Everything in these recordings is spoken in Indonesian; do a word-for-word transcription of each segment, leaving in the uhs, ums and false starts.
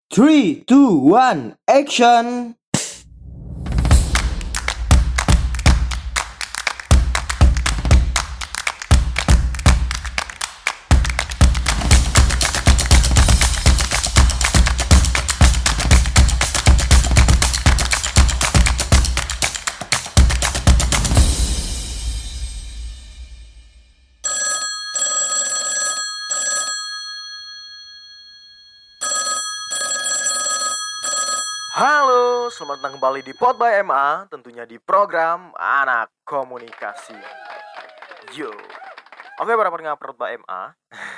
Three, two, one, action! Halo, selamat datang kembali di Pod by M A, tentunya di program Anak Komunikasi. Yo. Oke, para pendengar Pod by M A.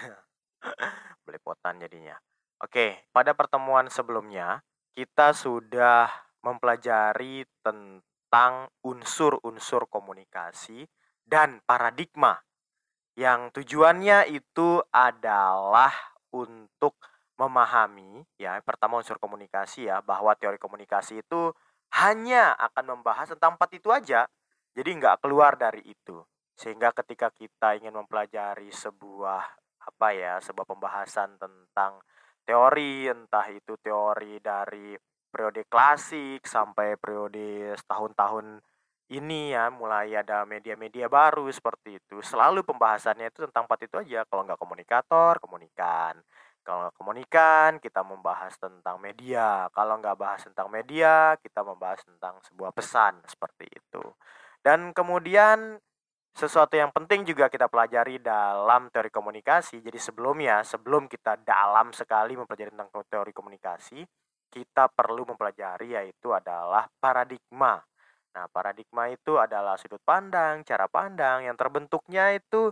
Belepotan jadinya. Oke, pada pertemuan sebelumnya kita sudah mempelajari tentang unsur-unsur komunikasi dan paradigma yang tujuannya itu adalah untuk memahami, ya, pertama unsur komunikasi, ya, bahwa teori komunikasi itu hanya akan membahas tentang empat itu aja, jadi nggak keluar dari itu. Sehingga ketika kita ingin mempelajari sebuah apa ya, sebuah pembahasan tentang teori, entah itu teori dari periode klasik sampai periode tahun-tahun ini, ya, mulai ada media-media baru seperti itu. Selalu pembahasannya itu tentang empat itu aja. Kalau nggak komunikator, komunikan. Kalau nggak komunikan, kita membahas tentang media. Kalau nggak bahas tentang media, kita membahas tentang sebuah pesan seperti itu. Dan kemudian sesuatu yang penting juga kita pelajari dalam teori komunikasi. Jadi sebelumnya, sebelum kita dalam sekali mempelajari tentang teori komunikasi, kita perlu mempelajari yaitu adalah paradigma. Nah, paradigma itu adalah sudut pandang, cara pandang yang terbentuknya itu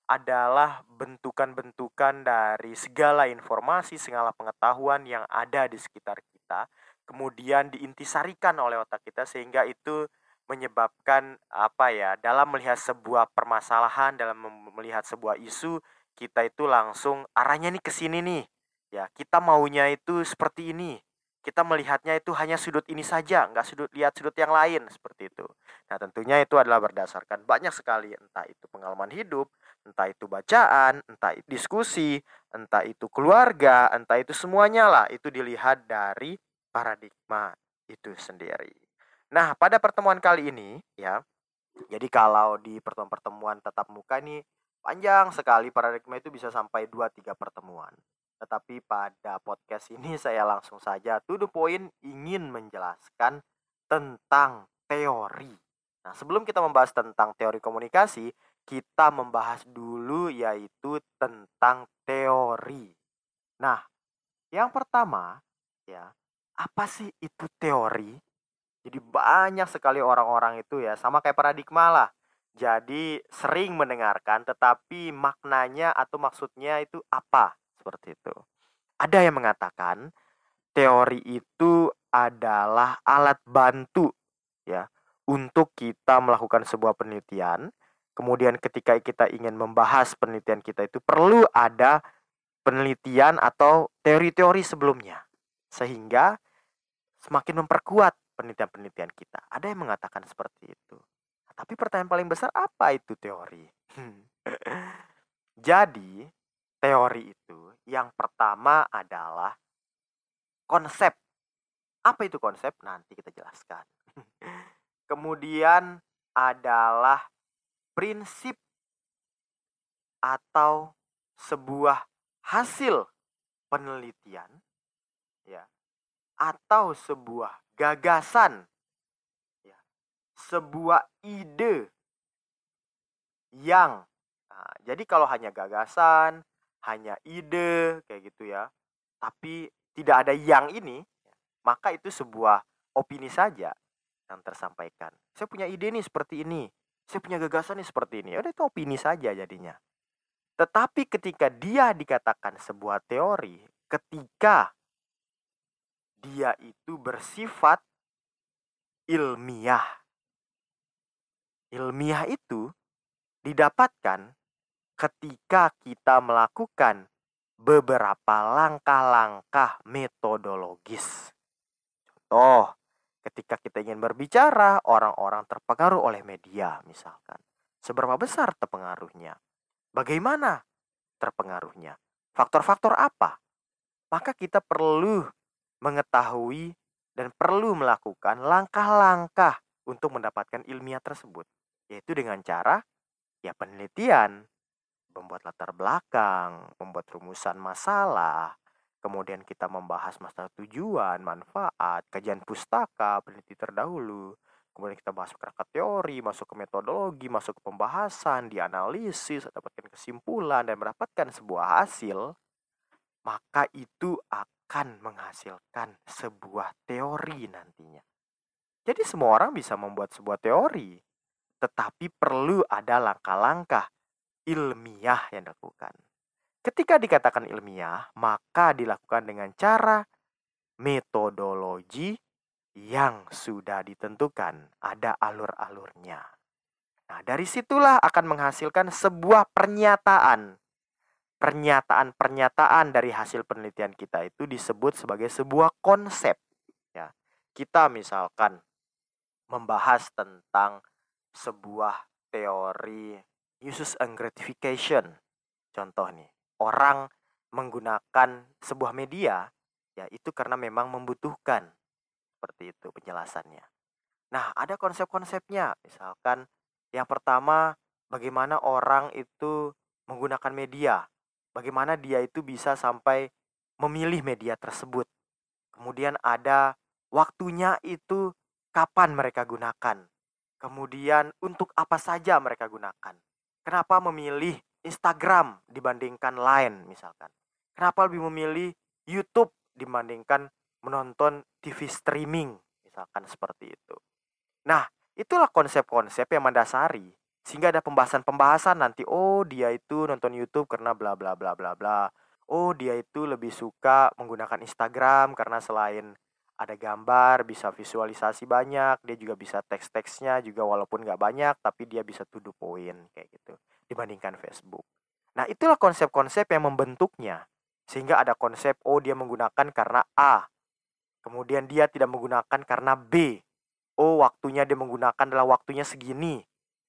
adalah bentukan-bentukan dari segala informasi, segala pengetahuan yang ada di sekitar kita, kemudian diintisarikan oleh otak kita sehingga itu menyebabkan apa ya, dalam melihat sebuah permasalahan, dalam mem- melihat sebuah isu, kita itu langsung arahnya nih ke sini nih. Ya, kita maunya itu seperti ini. Kita melihatnya itu hanya sudut ini saja, nggak sudut lihat sudut yang lain seperti itu. Nah, tentunya itu adalah berdasarkan banyak sekali, entah itu pengalaman hidup, entah itu bacaan, entah itu diskusi, entah itu keluarga, entah itu semuanya lah, itu dilihat dari paradigma itu sendiri. Nah, pada pertemuan kali ini, ya, jadi kalau di pertemuan-pertemuan tatap muka nih panjang sekali, paradigma itu bisa sampai dua tiga pertemuan. Tetapi pada podcast ini saya langsung saja to the point ingin menjelaskan tentang teori. Nah, sebelum kita membahas tentang teori komunikasi, kita membahas dulu yaitu tentang teori. Nah, yang pertama, ya, apa sih itu teori? Jadi banyak sekali orang-orang itu, ya, sama kayak paradigma lah. Jadi sering mendengarkan tetapi maknanya atau maksudnya itu apa? Seperti itu. Ada yang mengatakan teori itu adalah alat bantu, ya, untuk kita melakukan sebuah penelitian. Kemudian ketika kita ingin membahas penelitian kita itu perlu ada penelitian atau teori-teori sebelumnya. Sehingga semakin memperkuat penelitian-penelitian kita. Ada yang mengatakan seperti itu. Nah, tapi pertanyaan paling besar, apa itu teori? Jadi, teori itu yang pertama adalah konsep. Apa itu konsep? Nanti kita jelaskan. Kemudian adalah prinsip atau sebuah hasil penelitian, ya, atau sebuah gagasan, ya, sebuah ide yang, nah, jadi kalau hanya gagasan, hanya ide kayak gitu, ya, tapi tidak ada yang ini, maka itu sebuah opini saja yang tersampaikan. Saya punya ide nih seperti ini, saya punya gagasan nih seperti ini. Ya udah, itu opini saja jadinya. Tetapi ketika dia dikatakan sebuah teori, ketika dia itu bersifat ilmiah. Ilmiah itu didapatkan ketika kita melakukan beberapa langkah-langkah metodologis. Contoh, ketika kita ingin berbicara, orang-orang terpengaruh oleh media misalkan. Seberapa besar terpengaruhnya? Bagaimana terpengaruhnya? Faktor-faktor apa? Maka kita perlu mengetahui dan perlu melakukan langkah-langkah untuk mendapatkan ilmiah tersebut. Yaitu dengan cara ya penelitian, membuat latar belakang, membuat rumusan masalah, kemudian kita membahas masalah tujuan, manfaat, kajian pustaka, peneliti terdahulu, kemudian kita bahas kerangka teori, masuk ke metodologi, masuk ke pembahasan, dianalisis, dapatkan kesimpulan, dan mendapatkan sebuah hasil, maka itu akan menghasilkan sebuah teori nantinya. Jadi semua orang bisa membuat sebuah teori, tetapi perlu ada langkah-langkah ilmiah yang dilakukan. Ketika dikatakan ilmiah, maka dilakukan dengan cara metodologi yang sudah ditentukan, ada alur-alurnya. Nah, dari situlah akan menghasilkan sebuah pernyataan. Pernyataan-pernyataan dari hasil penelitian kita itu disebut sebagai sebuah konsep. Ya, kita misalkan membahas tentang sebuah teori uses and gratification. Contoh nih, orang menggunakan sebuah media, ya itu karena memang membutuhkan. Seperti itu penjelasannya. Nah, ada konsep-konsepnya. Misalkan yang pertama, bagaimana orang itu menggunakan media. Bagaimana dia itu bisa sampai memilih media tersebut. Kemudian ada waktunya itu kapan mereka gunakan. Kemudian untuk apa saja mereka gunakan. Kenapa memilih Instagram dibandingkan Line misalkan. Kenapa lebih memilih YouTube dibandingkan menonton T V streaming misalkan seperti itu. Nah, itulah konsep-konsep yang mendasari sehingga ada pembahasan-pembahasan nanti, oh dia itu nonton YouTube karena bla bla bla bla bla. Oh dia itu lebih suka menggunakan Instagram karena selain ada gambar, bisa visualisasi banyak, dia juga bisa teks-teksnya juga walaupun nggak banyak, tapi dia bisa to the point kayak gitu dibandingkan Facebook. Nah, itulah konsep-konsep yang membentuknya. Sehingga ada konsep, oh dia menggunakan karena A. Kemudian dia tidak menggunakan karena B. Oh, waktunya dia menggunakan adalah waktunya segini.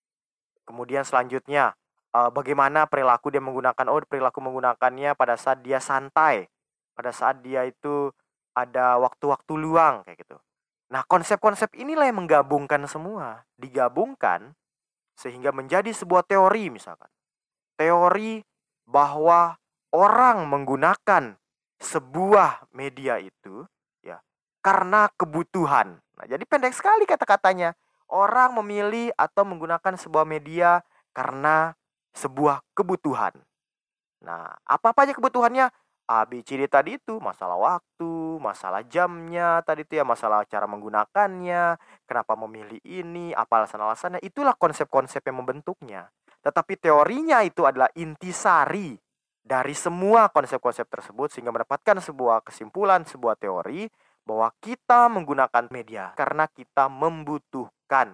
Kemudian selanjutnya, uh, bagaimana perilaku dia menggunakan. Oh, perilaku menggunakannya pada saat dia santai. Pada saat dia itu ada waktu-waktu luang kayak gitu. Nah, konsep-konsep inilah yang menggabungkan semua. Digabungkan sehingga menjadi sebuah teori misalkan. Teori bahwa orang menggunakan sebuah media itu ya karena kebutuhan. Nah, jadi pendek sekali kata-katanya. Orang memilih atau menggunakan sebuah media karena sebuah kebutuhan. Nah, apa-apa aja kebutuhannya? A, B, C, D tadi itu. Masalah waktu, masalah jamnya tadi itu ya, masalah cara menggunakannya, kenapa memilih ini, apa alasan-alasannya. Itulah konsep-konsep yang membentuknya. Tetapi teorinya itu adalah intisari dari semua konsep-konsep tersebut sehingga mendapatkan sebuah kesimpulan, sebuah teori bahwa kita menggunakan media karena kita membutuhkan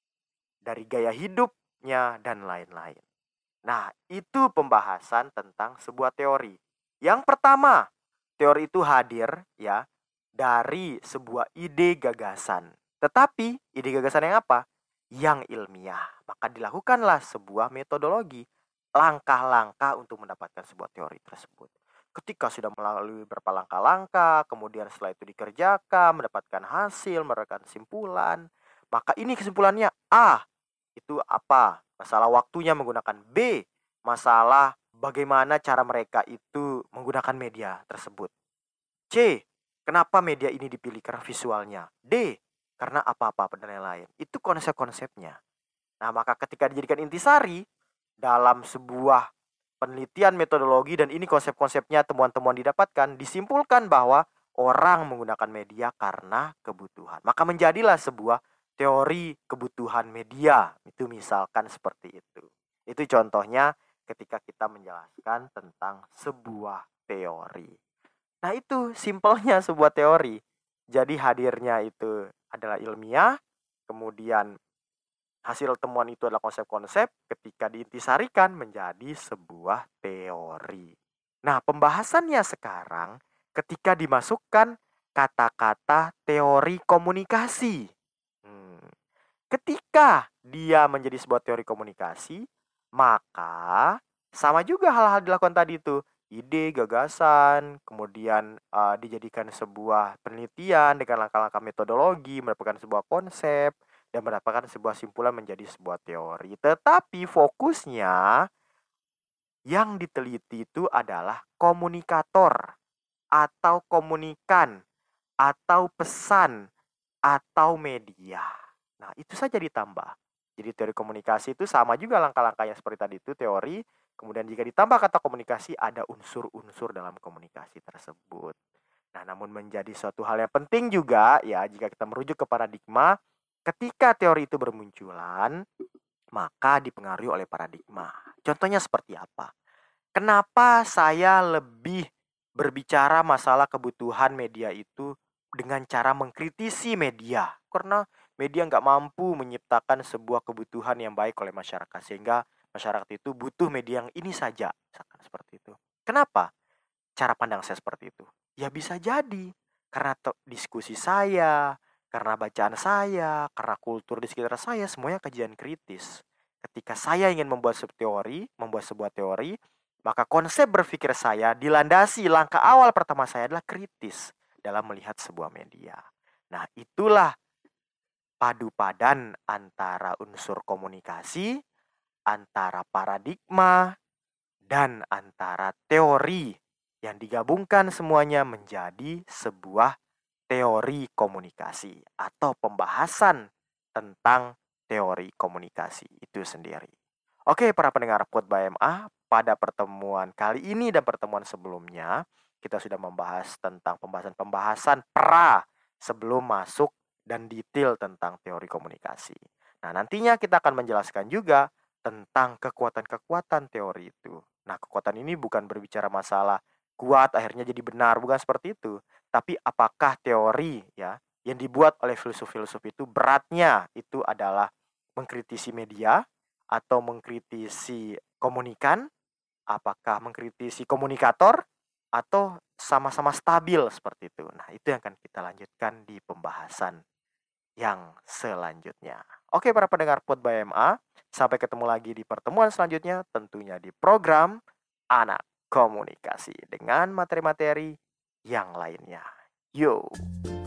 dari gaya hidupnya dan lain-lain. Nah, itu pembahasan tentang sebuah teori. Yang pertama, teori itu hadir ya dari sebuah ide gagasan. Tetapi ide gagasan yang apa? Yang ilmiah. Maka dilakukanlah sebuah metodologi, langkah-langkah untuk mendapatkan sebuah teori tersebut. Ketika sudah melalui beberapa langkah-langkah, kemudian setelah itu dikerjakan, mendapatkan hasil, mendapatkan kesimpulan, maka ini kesimpulannya A, itu apa? Masalah waktunya menggunakan. B, masalah bagaimana cara mereka itu menggunakan media tersebut. C, kenapa media ini dipilih karena visualnya. D, karena apa-apa dan lain-lain. Itu konsep-konsepnya. Nah, maka ketika dijadikan intisari dalam sebuah penelitian metodologi dan ini konsep-konsepnya temuan-temuan didapatkan, disimpulkan bahwa orang menggunakan media karena kebutuhan. Maka menjadilah sebuah teori kebutuhan media. Itu misalkan seperti itu. Itu contohnya ketika kita menjelaskan tentang sebuah teori. Nah, itu simpelnya sebuah teori. Jadi hadirnya itu adalah ilmiah, kemudian hasil temuan itu adalah konsep-konsep ketika diintisarikan menjadi sebuah teori. Nah, pembahasannya sekarang ketika dimasukkan kata-kata teori komunikasi. Hmm. Ketika dia menjadi sebuah teori komunikasi, maka sama juga hal-hal dilakukan tadi itu. ide, gagasan, kemudian uh, dijadikan sebuah penelitian dengan langkah-langkah metodologi, mendapatkan sebuah konsep, dan mendapatkan sebuah simpulan menjadi sebuah teori. Tetapi fokusnya yang diteliti itu adalah komunikator atau komunikan atau pesan atau media. Nah, itu saja ditambah. Jadi teori komunikasi itu sama juga langkah-langkahnya seperti tadi itu teori. Kemudian jika ditambah kata komunikasi, ada unsur-unsur dalam komunikasi tersebut. Nah, namun menjadi suatu hal yang penting juga ya jika kita merujuk ke paradigma, ketika teori itu bermunculan, maka dipengaruhi oleh paradigma. Contohnya seperti apa? Kenapa saya lebih berbicara masalah kebutuhan media itu dengan cara mengkritisi media? Karena media nggak mampu menciptakan sebuah kebutuhan yang baik oleh masyarakat. Sehingga masyarakat itu butuh media yang ini saja. Misalkan seperti itu. Kenapa cara pandang saya seperti itu? Ya bisa jadi. Karena diskusi saya, karena bacaan saya, karena kultur di sekitar saya, semuanya kajian kritis. Ketika saya ingin membuat sebuah teori, membuat sebuah teori, maka konsep berpikir saya dilandasi langkah awal pertama saya adalah kritis dalam melihat sebuah media. Nah, itulah padu padan antara unsur komunikasi, antara paradigma, dan antara teori yang digabungkan semuanya menjadi sebuah teori komunikasi atau pembahasan tentang teori komunikasi itu sendiri. Oke, para pendengar Quote by M A, pada pertemuan kali ini dan pertemuan sebelumnya, kita sudah membahas tentang pembahasan-pembahasan pra sebelum masuk dan detail tentang teori komunikasi. Nah, nantinya kita akan menjelaskan juga tentang kekuatan-kekuatan teori itu. Nah, kekuatan ini bukan berbicara masalah kuat akhirnya jadi benar, bukan seperti itu. Tapi apakah teori ya yang dibuat oleh filsuf-filsuf itu beratnya itu adalah mengkritisi media, atau mengkritisi komunikan, apakah mengkritisi komunikator, atau sama-sama stabil seperti itu. Nah, itu yang akan kita lanjutkan di pembahasan yang selanjutnya. Oke, para pendengar Pod by M A, sampai ketemu lagi di pertemuan selanjutnya, tentunya di program Anak Komunikasi dengan materi-materi yang lainnya. Yo.